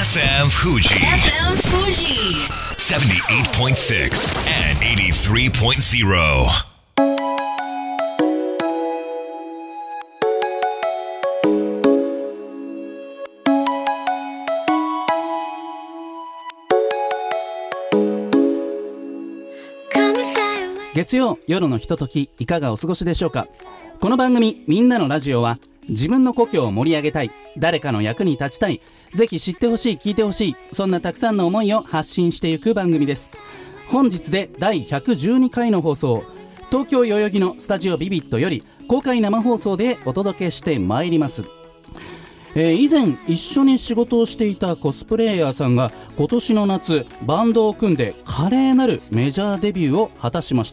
FM Fuji 78.6 and 83.0. 月曜夜のひととき、いかがお過ごしでしょうか。この番組みんなのラジオは、自分の故郷を盛り上げたい、誰かの役に立ちたい、ぜひ知ってほしい、聞いてほしい、そんなたくさんの思いを発信していく番組です。本日で第112回の放送、東京代々木のスタジオビビットより公開生放送でお届けしてまいります。以前一緒に仕事をしていたコスプレイヤーさんが今年の夏バンドを組んで華麗なるメジャーデビューを果たしました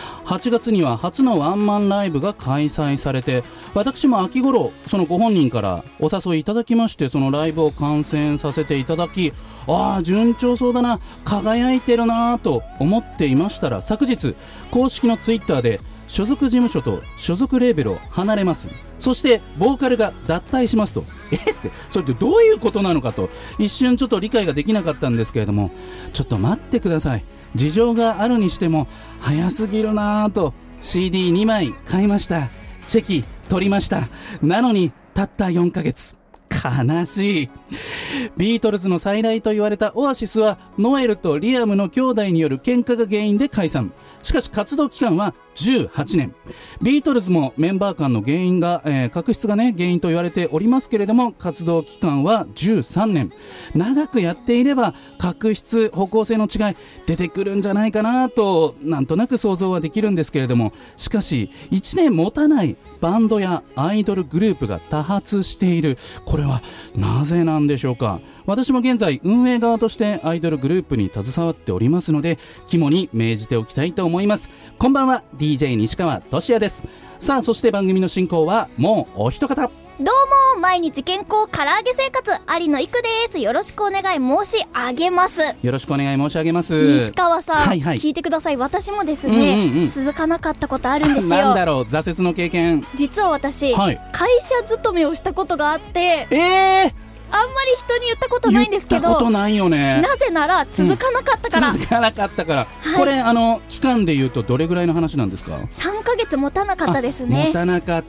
。8月には初のワンマンライブが開催されて、私も秋頃そのご本人からお誘いいただきまして、そのライブを観戦させていただき、順調そうだな、輝いてるなと思っていましたら、昨日公式のツイッターで所属事務所と所属レーベルを離れます、そしてボーカルが脱退しますと。それってどういうことなのかと一瞬ちょっと理解ができなかったんですけれども、ちょっと待ってください、事情があるにしても早すぎるなと CD2 枚買いました、チェキ取りました。なのにたった4ヶ月、悲しい。ビートルズの再来と言われたオアシスはノエルとリアムの兄弟による喧嘩が原因で解散。しかし活動期間は18年。ビートルズもメンバー間の原因が、確執がね原因と言われておりますけれども、活動期間は13年。長くやっていれば確執、方向性の違い出てくるんじゃないかなとなんとなく想像はできるんですけれども、しかし1年持たないバンドやアイドルグループが多発している。これはなぜなんでしょうか。私も現在運営側としてアイドルグループに携わっておりますので、肝に銘じておきたいと思います。こんばんは、 DJ 西川俊也です。さあ、そして番組の進行はもうお一方。 どうも、毎日健康唐揚げ生活有野いくです。よろしくお願い申し上げます。 よろしくお願い申し上げます。 西川さん、聞いてください。私もですね、続かなかったことあるんですよ。 なんだろう、挫折の経験。 実は私、会社勤めをしたことがあって、あんまり人に言ったことないんですけど、 言ったことないよね。 なぜなら続かなかったから、 続かなかったから、これ期間でいうとどれぐらいの話なんですか ？3ヶ月持たなかったですね。 持たなかった、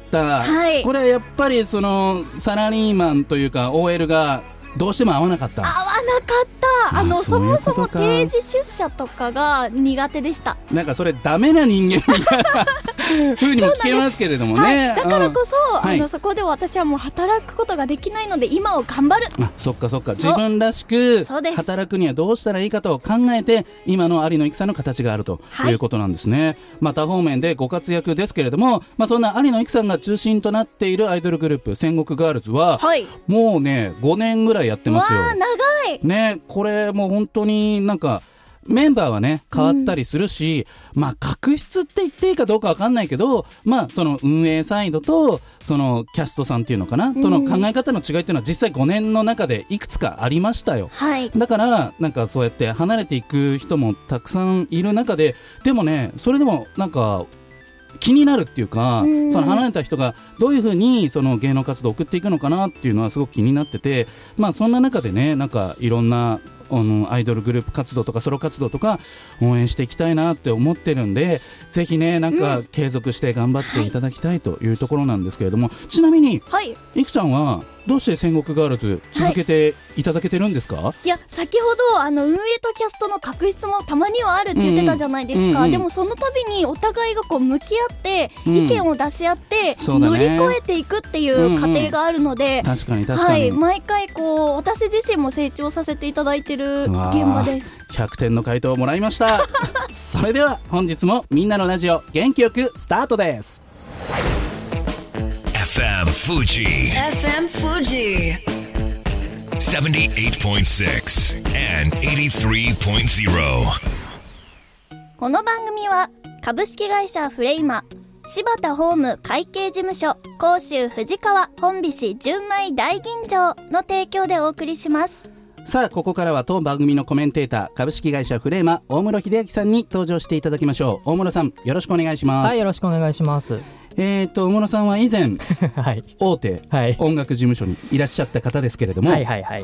これやっぱりそのサラリーマンというか OL がどうしても合わなかった。 合わなかった。そもそも定時出社とかが苦手でした。 なんかそれダメな人間みたいな風にも聞けますけれどもね。 だからこそ、そこで私はもう働くことができないので今を頑張る。 そっかそっか、自分らしく働くにはどうしたらいいかと考えて、今の有野いくさんの形があるということなんですね。多方面でご活躍ですけれども、そんな有野いくさんが中心となっているアイドルグループ戦国ガールズは、もうね5年ぐらいやってますよ。 長いね。これもう本当になんかメンバーはね変わったりするし、確執って言っていいかどうか分かんないけど、その運営サイドとそのキャストさんっていうのかな、との考え方の違いっていうのは実際5年の中でいくつかありましたよ。だからなんかそうやって離れていく人もたくさんいる中で、でもねそれでもなんか気になるっていうか、その離れた人がどういうふうにその芸能活動を送っていくのかなっていうのはすごく気になってて、そんな中でね、なんかいろんなアイドルグループ活動とかソロ活動とか応援していきたいなって思ってるんで、ぜひねなんか継続して頑張っていただきたいというところなんですけれども、ちなみに、いくちゃんはどうして戦国ガールズ続けていただけてるんですか？ いや、先ほど運営とキャストの確執もたまにはあるって言ってたじゃないですか。でもその度にお互いがこう向き合って意見を出し合って乗り越えていくっていう過程があるので、 確かに確かに、 毎回こう私自身も成長させていただいてる現場です。 100点の回答をもらいましたそれでは本日もみんなのラジオ元気よくスタートです。 FM Fuji 78.6 and 83.0。 この番組は株式会社フレイマ、柴田ホーム会計事務所、甲州藤川本菱純米大吟醸の提供でお送りします。 さあ、ここからは当番組のコメンテーター、株式会社フレーマ大室秀明さんに登場していただきましょう。大室さん、よろしくお願いします。 はい、よろしくお願いします。 大室さんは以前、 はい、 大手音楽事務所にいらっしゃった方ですけれども、 はいはいはい、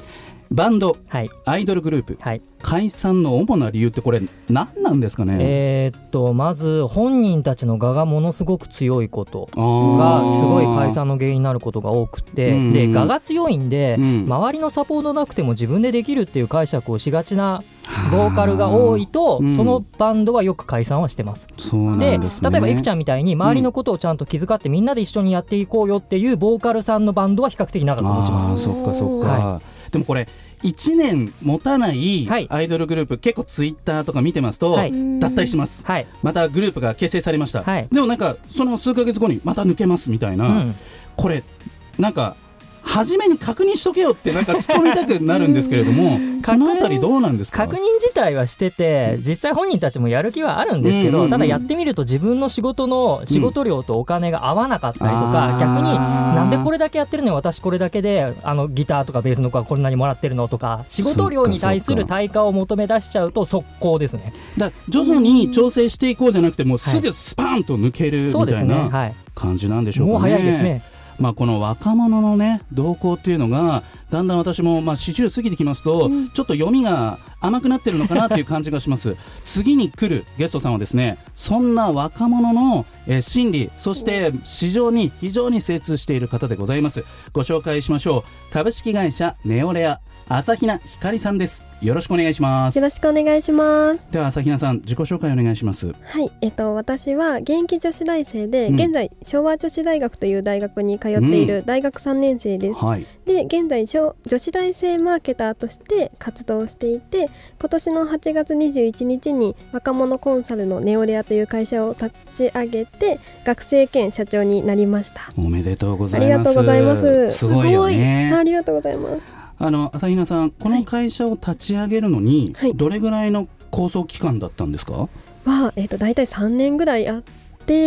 バンド、 はい、 アイドルグループ、 はい、 解散の主な理由ってこれ何なんですかね。 まず本人たちの我がものすごく強いことがすごい解散の原因になることが多くて、で我が強いんで、周りのサポートなくても自分でできるっていう解釈をしがちなボーカルが多いと、そのバンドはよく解散はしてます。 そうなんですね。 例えばエクちゃんみたいに周りのことをちゃんと気遣ってみんなで一緒にやっていこうよっていうボーカルさんのバンドは比較的長く持ちます。 そっかそっか、でもこれ1年持たないアイドルグループ、結構ツイッターとか見てますと、脱退します、またグループが結成されました、でもなんかその数ヶ月後にまた抜けますみたいな、これなんか初めに確認しとけよってなんか突っ込みたくなるんですけれどもそのあたりどうなんですか。 確認自体はしてて実際本人たちもやる気はあるんですけど、ただやってみると自分の仕事量とお金が合わなかったりとか、逆になんでこれだけやってるのに私これだけでギターとかベースの子はこんなにもらってるのとか、仕事量に対する対価を求め出しちゃうと速攻ですね。 だ徐々に調整していこうじゃなくてもうすぐスパーンと抜けるみたいな感じなんでしょうかね。 もう早いですね。 この若者のね動向っていうのがだんだん私も40過ぎてきますと、ちょっと読みが甘くなってるのかなという感じがします次に来るゲストさんはですね、そんな若者の心理、そして市場に非常に精通している方でございます。ご紹介しましょう。株式会社ネオレア朝比奈ひかりさんです。よろしくお願いします。 よろしくお願いします。 では朝比奈さん自己紹介お願いします。 はい、私は現役女子大生で、現在昭和女子大学という大学に通っている大学3年生です、で現在女子大生マーケターとして活動していて、今年の8月21日に若者コンサルのネオレアという会社を立ち上げて学生兼社長になりました。 おめでとうございます。 ありがとうございます。 すごいよね。 ありがとうございます。 朝比奈さん、この会社を立ち上げるのにどれぐらいの構想期間だったんですか。 だいたい3年ぐらいあって、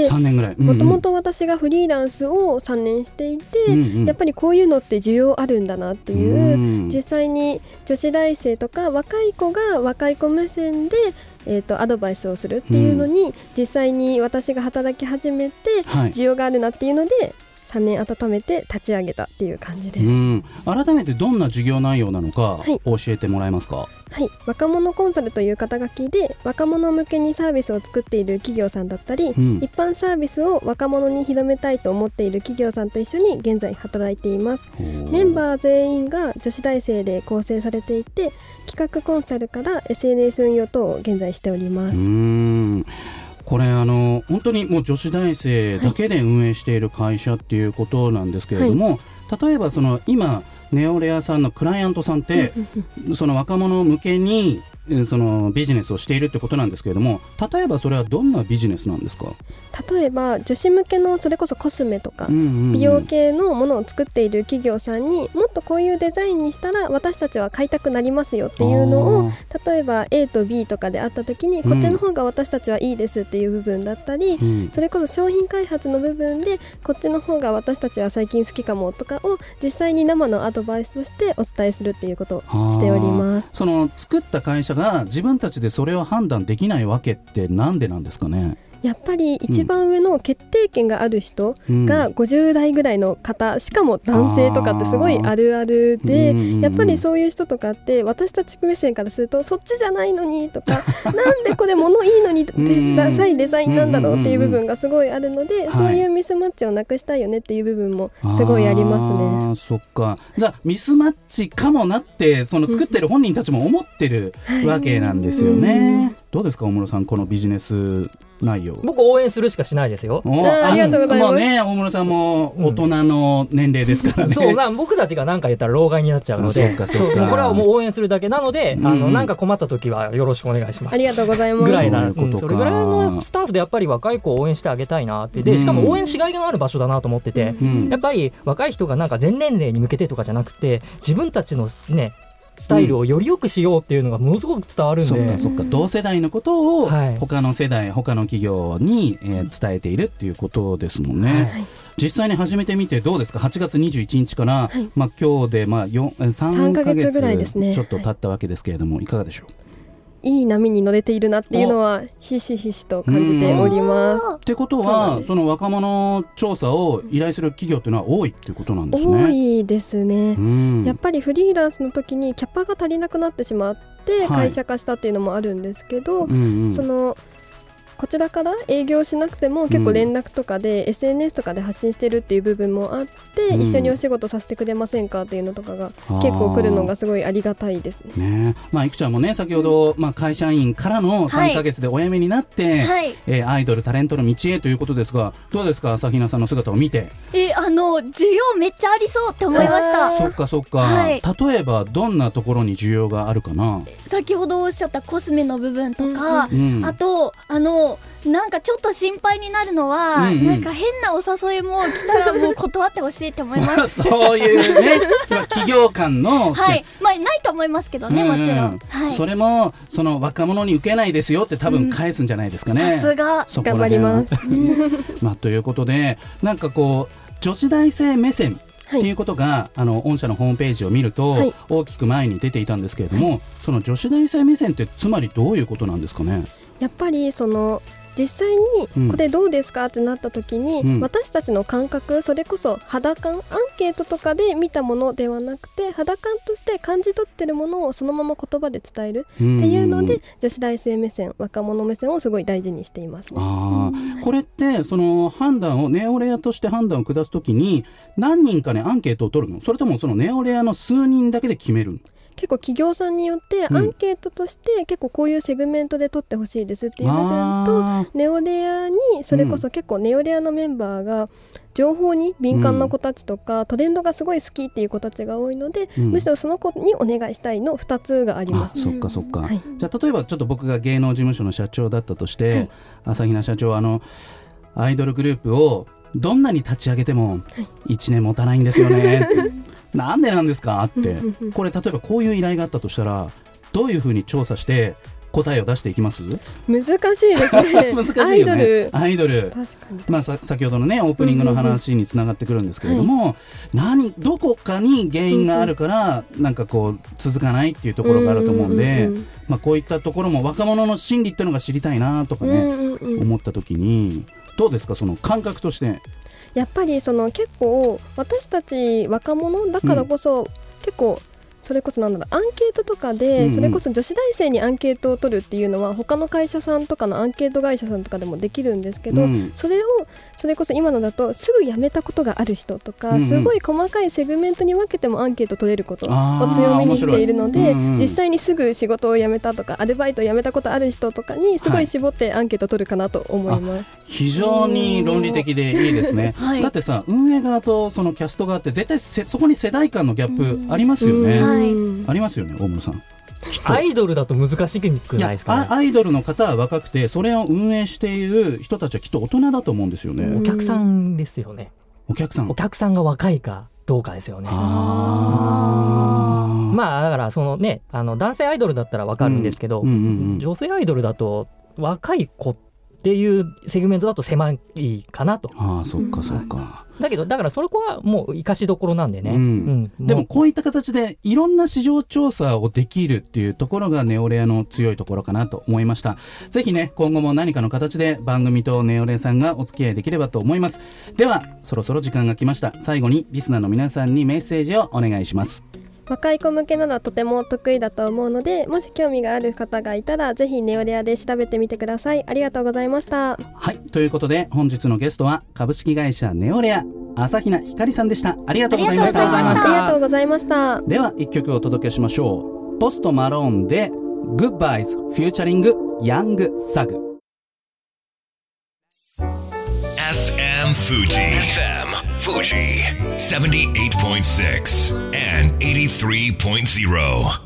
3年ぐらい、 もともと私がフリーランスを3年していて、やっぱりこういうのって需要あるんだなっていう、実際に女子大生とか若い子が若い子目線でアドバイスをするっていうのに、実際に私が働き始めて需要があるなっていうので、3年温めて立ち上げたっていう感じです。 改めてどんな事業内容なのか教えてもらえますか。 はい、若者コンサルという肩書きで若者向けにサービスを作っている企業さんだったり、一般サービスを若者に広めたいと思っている企業さんと一緒に現在働いています。メンバー全員が女子大生で構成されていて、企画コンサルから SNS 運用等を現在しております。 これ本当にもう女子大生だけで運営している会社っていうことなんですけれども、例えば今ネオレアさんのクライアントさんってその若者向けにそのビジネスをしているってことなんですけれども、例えばそれはどんなビジネスなんですか。 例えば女子向けのそれこそコスメとか美容系のものを作っている企業さんに、もっとこういうデザインにしたら私たちは買いたくなりますよっていうのを、例えば A と B とかであった時にこっちの方が私たちはいいですっていう部分だったり、それこそ商品開発の部分でこっちの方が私たちは最近好きかもとかを実際に生のアドバイスとしてお伝えするっていうことをしております。 その作った会社が自分たちでそれを判断できないわけってなんでなんですかね。 やっぱり一番上の決定権がある人が50代ぐらいの方、しかも男性とかってすごいあるあるで、やっぱりそういう人とかって私たち目線からするとそっちじゃないのにとかなんでこれ物いいのにダサいデザインなんだろうっていう部分がすごいあるので、そういうミスマッチをなくしたいよねっていう部分もすごいありますね。 そっか。じゃあミスマッチかもなってその作ってる本人たちも思ってるわけなんですよね。どうですか大室さん、このビジネス内容。 僕応援するしかしないですよ。 ありがとうございます。 大室さんも大人の年齢ですからね。 そう僕たちが何か言ったら老害になっちゃうので、これはもう応援するだけなので、なんか困った時はよろしくお願いします。 ありがとうございます。 ぐらいな、それぐらいのスタンスでやっぱり若い子を応援してあげたいなって。でしかも応援しがいがある場所だなと思ってて、やっぱり若い人がなんか全年齢に向けてとかじゃなくて、自分たちのねスタイルをより良くしようっていうのがものすごく伝わるんで、 そっか同世代のことを他の世代、他の企業に伝えているっていうことですもんね。実際に始めてみてどうですか。8月21日から、今日で3ヶ月ぐらいですね、ちょっと経ったわけですけれども、いかがでしょう。 いい波に乗れているなっていうのはひしひしと感じております。 ってことはその若者調査を依頼する企業っていうのは多いっていうことなんですね。 多いですね、やっぱりフリーランスの時にキャパが足りなくなってしまって会社化したっていうのもあるんですけど、そのこちらから営業しなくても結構連絡とかで、SNS とかで発信してるっていう部分もあって、一緒にお仕事させてくれませんかっていうのとかが結構来るのがすごいありがたいですね。 いくちゃんもね先ほど、会社員からの3ヶ月でお辞めになって、アイドルタレントの道へということですが、どうですか朝比奈さんの姿を見て。 需要めっちゃありそうって思いました。 そっかそっか、例えばどんなところに需要があるかな。 先ほどおっしゃったコスメの部分とか、あとなんかちょっと心配になるのは、なんか変なお誘いも来たらもう断ってほしいって思いますそういうね企業間のないと思いますけどね、もちろん、 それもその若者に受けないですよって多分返すんじゃないですかね。 さすが頑張りますということでなんかこう女子大生目線っていうことが、御社のホームページを見ると、大きく前に出ていたんですけれども、その女子大生目線ってつまりどういうことなんですかね。 やっぱりその実際にこれどうですかってなった時に、私たちの感覚、それこそ肌感アンケートとかで見たものではなくて肌感として感じ取ってるものをそのまま言葉で伝えるっていうので、女子大生目線、若者目線をすごい大事にしていますね。 これってその判断をネオレアとして判断を下すときに何人かねアンケートを取るの、それともそのネオレアの数人だけで決めるの。 結構企業さんによってアンケートとして結構こういうセグメントで取ってほしいですっていう部分と、ネオレアにそれこそ結構ネオレアのメンバーが情報に敏感な子たちとか、トレンドがすごい好きっていう子たちが多いので、むしろその子にお願いしたいの2つがあります。 そっかそっか、じゃあ例えばちょっと僕が芸能事務所の社長だったとして、朝比奈社長アイドルグループをどんなに立ち上げても1年持たないんですよねなんでなんですかって、これ例えばこういう依頼があったとしたらどういうふうに調査して答えを出していきます？ 難しいですね難しいよね。アイドル確かに、 先ほどのねオープニングの話につながってくるんですけれども、どこかに原因があるから、なんかこう続かないっていうところがあると思うんで、こういったところも若者の心理っていうのが知りたいなとかね、思った時にどうですか、その感覚として。 やっぱりその結構私たち若者だからこそ、結構それこそアンケートとかで、それこそ女子大生にアンケートを取るっていうのは他の会社さんとかのアンケート会社さんとかでもできるんですけど、それこそ今のだとすぐ辞めたことがある人とか、すごい細かいセグメントに分けてもアンケート取れることを強みにしているので、実際にすぐ仕事を辞めたとかアルバイトを辞めたことある人とかにすごい絞ってアンケート取るかなと思います。 非常に論理的でいいですねだってさ、運営側とそのキャスト側って絶対そこに世代間のギャップありますよね。ありますよね、大室さん。 アイドルだと難しくないですかね。 アイドルの方は若くて、それを運営している人たちはきっと大人だと思うんですよね。 お客さんですよね。 お客さんが若いかどうかですよね。だからそのね、男性アイドルだったら分かるんですけど、女性アイドルだと若い子っていうセグメントだと狭いかなと。 そっかそっか。 だからそれはもう生かしどころなんでね、 でもこういった形でいろんな市場調査をできるっていうところがネオレアの強いところかなと思いました。ぜひね、今後も何かの形で番組とネオレアさんがお付き合いできればと思います。ではそろそろ時間が来ました。最後にリスナーの皆さんにメッセージをお願いします。 若い子向けならとても得意だと思うので、もし興味がある方がいたらぜひネオレアで調べてみてください。ありがとうございました。 はい、ということで本日のゲストは株式会社ネオレア朝比奈ひかりさんでした。ありがとうございました。 ありがとうございました。 では一曲お届けしましょう。ポストマローンで Goodbyes フューチャリングヤングサグ。 FM Fuji 78.6 and 83.0。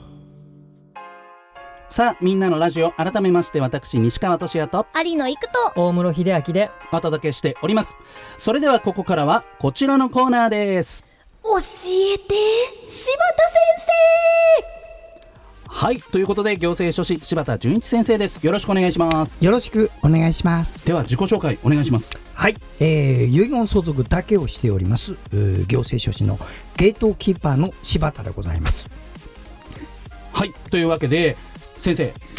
さあみんなのラジオ、改めまして私西川俊也と有野育と大室秀明でお届けしております。それではここからはこちらのコーナーです。 教えて柴田先生。 はい、ということで行政書士柴田純一先生です。よろしくお願いします。 よろしくお願いします。 では自己紹介お願いします。 はい、遺言相続だけをしております行政書士のゲートキーパーの柴田でございます。 はい、というわけで先生、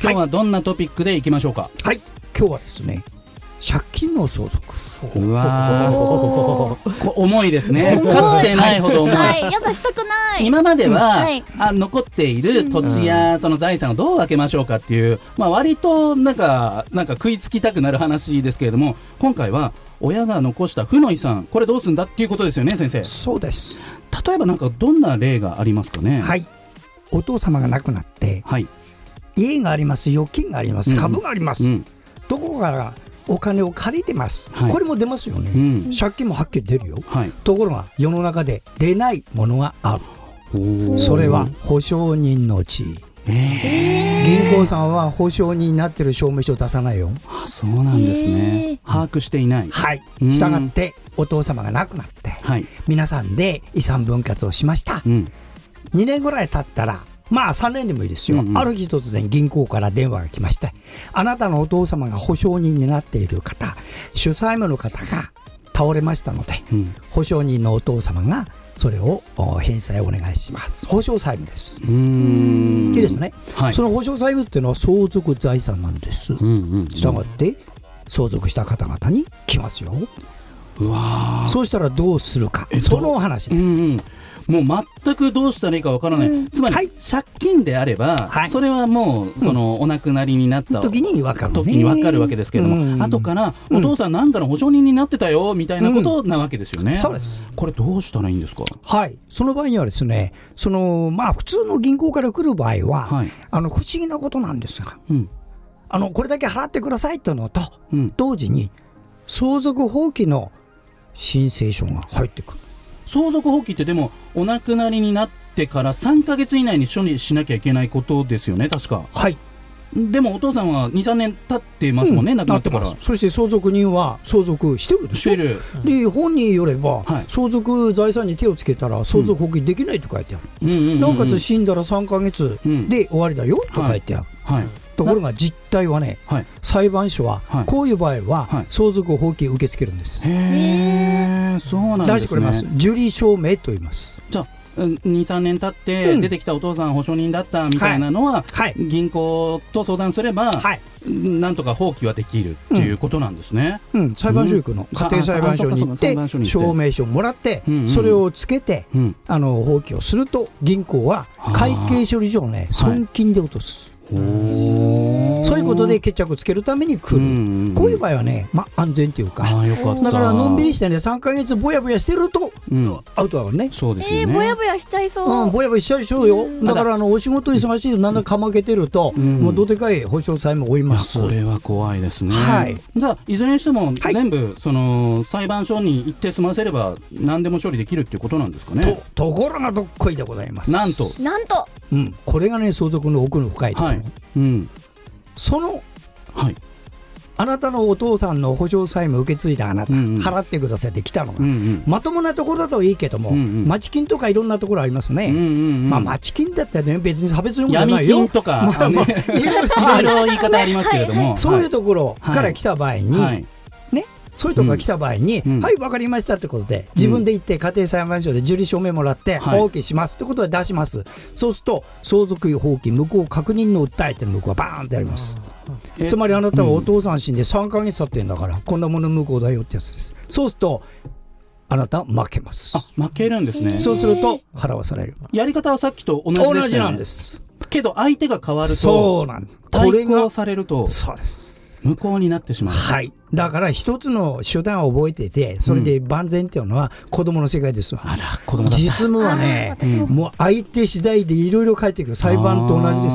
今日はどんなトピックでいきましょうか。 はい、今日はですね、借金の相続。 うわー重いですね。かつてないほど重い、 はい、やだしたくない。 今までは、 はい、 残っている土地やその財産をどう分けましょうかっていう、割となんか食いつきたくなる話ですけれども、今回は親が残した負の遺産、これどうするんだっていうことですよね、先生。 そうです。 例えばどんな例がありますかね。 はい、お父様が亡くなって、はい、家があります、預金があります、株があります、どこからお金を借りてます、はい、これも出ますよね、借金もはっきり出るよ、はい、ところが世の中で出ないものがある。それは保証人の地位。銀行さんは保証人になってる証明書を出さないよ。 そうなんですね。把握していない。 はい。したがってお父様が亡くなって、はい、皆さんで遺産分割をしました、2年ぐらい経ったら、3年でもいいですよ、ある日突然銀行から電話が来まして、あなたのお父様が保証人になっている方、主債務の方が倒れましたので、保証人のお父様がそれを返済をお願いします。保証債務です。いいですね、はい、その保証債務っていうのは相続財産なんです。したがって相続した方々に来ますよ。うわ、そうしたらどうするか、そのお話です。 もう全くどうしたらいいかわからない、つまり、はい、借金であれば、はい、それはもうお亡くなりになった時に分かるわけですけれども、後からお父さんなんかの保証人になってたよみたいなことなわけですよね、 そうです。これどうしたらいいんですか。 はい、その場合にはですね、普通の銀行から来る場合は、はい、不思議なことなんですが、これだけ払ってくださいというのと、同時に相続放棄の申請書が入ってくる。 相続放棄ってでもお亡くなりになってから3ヶ月以内に処理しなきゃいけないことですよね、確か。はい。でもお父さんは 2,3 年経ってますもんね、亡くなってから。 そして相続人は相続してるでしょ。してる。で本人によれば、はい、相続財産に手をつけたら相続放棄できないと書いてある、なおかつ死んだら3ヶ月で終わりだよと書いてある、はいはい、ところが実態はね、はい、裁判所はこういう場合は相続放棄受け付けるんです。 へー、そうなんですね。 出してくれます。受理証明と言います。 じゃあ 2,3 年経って出てきたお父さん保証人だったみたいなのは、銀行と相談すれば、なんとか放棄はできるっていうことなんですね、 裁判所行くの、家庭裁判所に行って証明書をもらって、それをつけて、放棄をすると銀行は会計処理上ね、損金で落とす。そういうことで決着つけるために来る、こういう場合はね、安全というか、だからのんびりしてね、3ヶ月ぼやぼやしてると、アウトだからね。 そうですよね。 ぼやぼやしちゃいそう、 ぼやぼやしちゃいそうよ。だからお仕事忙しいとなんだかまけてると、もうどでかい保証債務負います。 それは怖いですね、はい、じゃあいずれにしても全部、裁判所に行って済ませれば何でも処理できるっていうことなんですかね。 ところがどっこいでございます。 なんと、 これがね、相続の奥の深いところ、その、あなたのお父さんの保証債務受け継いだあなた、払ってくださいって来たのが、まともなところだといいけども、町金とかいろんなところありますね、町金だったらね、別に差別のことはないよ。 闇金とか、いろいろ言い方ありますけれども、 そういうところから来た場合に、そういうところが来た場合に、はい分かりましたってことで、自分で行って家庭裁判所で受理証明もらって放棄しますってことで出します。そうすると相続放棄無効確認の訴えて向こうはバーンってやります。つまりあなたはお父さん死んで3ヶ月経ってんだから、こんなもの無効だよってやつです。そうするとあなたは負けます。 負けるんですね。 そうすると払わされる。 やり方はさっきと同じでしたよね。 同じなんです。 けど相手が変わると、 そうなん、 対抗されると、 そうです、 無効になってしまう。 はい。だから一つの手段を覚えていて、それで万全っていうのは子供の世界ですわ。 あら、子供だった。 実務はね、もう相手次第でいろいろ変えてくる。裁判と同じです。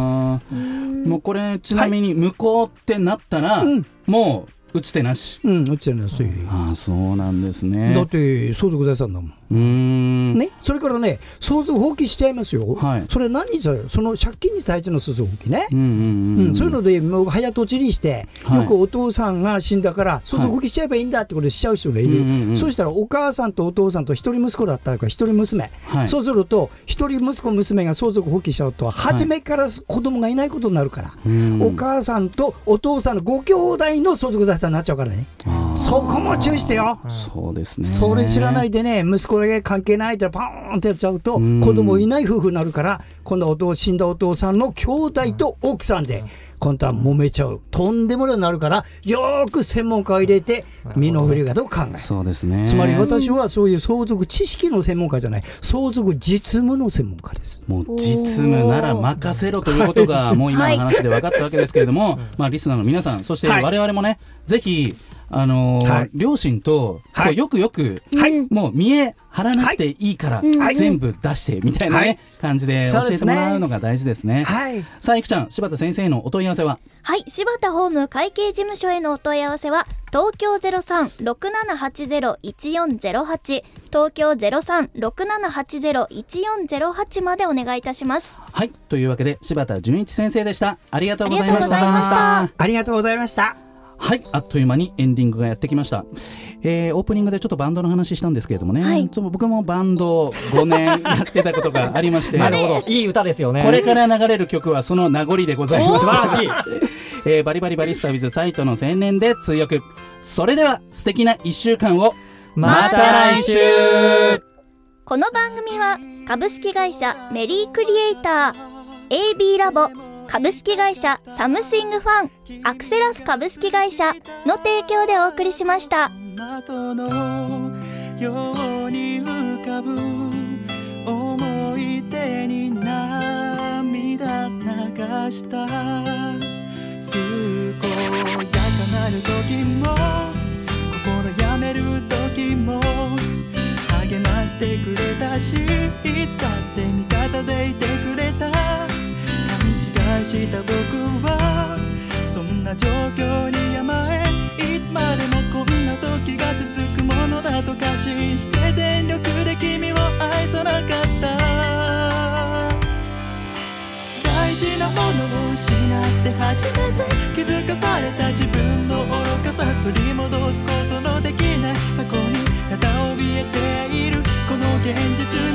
もうこれちなみに無効ってなったら、もう打つ手なし。 打つ手なし。 そうなんですね。 だって相続財産だもん。ね、それからね、相続放棄しちゃいますよ。それ何にその借金に対しての相続放棄ね。そういうのでもう早とちりして、よくお父さんが死んだから相続放棄しちゃえばいいんだってことでしちゃう人がいる。そうしたらお母さんとお父さんと一人息子だったから一人娘。そうすると一人息子娘が相続放棄しちゃうと、初めから子供がいないことになるから、お母さんとお父さんのご兄弟の相続財産になっちゃうからね。そこも注意してよ。 そうですね。 それ知らないでね、息子だけ関係ないってパーンってやっちゃうと、子供いない夫婦になるから、今度は死んだお父さんの兄弟と奥さんで今度は揉めちゃう、とんでもないになるから、よーく専門家を入れて身の振り方を考える。 そうですね。 つまり私はそういう相続知識の専門家じゃない、相続実務の専門家です。 もう実務なら任せろということがもう今の話で分かったわけですけれども、リスナーの皆さん、そして我々もね、ぜひ両親とこうよくよく、もう見え張らなくていいから、全部出してみたいな、感じで教えてもらうのが大事ですね。さあ、いくちゃん、柴田先生へのお問い合わせは？ はい、柴田法務会計事務所へのお問い合わせは東京 03-6780-1408 東京 03-6780-1408 までお願いいたします。 はい、というわけで柴田純一先生でした。ありがとうございました。 ありがとうございました。 はい、あっという間にエンディングがやってきました。オープニングでちょっとバンドの話したんですけれどもね、僕もバンド5年やってたことがありましてなるほど、いい歌ですよね。 これから流れる曲はその名残でございます。素晴らしいバリバリバリスタ with サイトの青年で通訳。それでは素敵な1週間を。また来週。 この番組は株式会社メリークリエイター AB ラボ株式会社サムシングファンアクセラス株式会社の提供でお送りしました。 窓のように浮かぶ思い出に涙流した健やかなる時も心やめる時も励ましてくれたし、いつだって味方でいてくれた。勘違いした僕はそんな状況に甘え、いつまでもこんな時が続くものだと過信して全力で君を愛さなかった。大事なものを失って初めて気づかされた自分の愚かさ、取り戻すことのできない過去にただ怯えているこの現実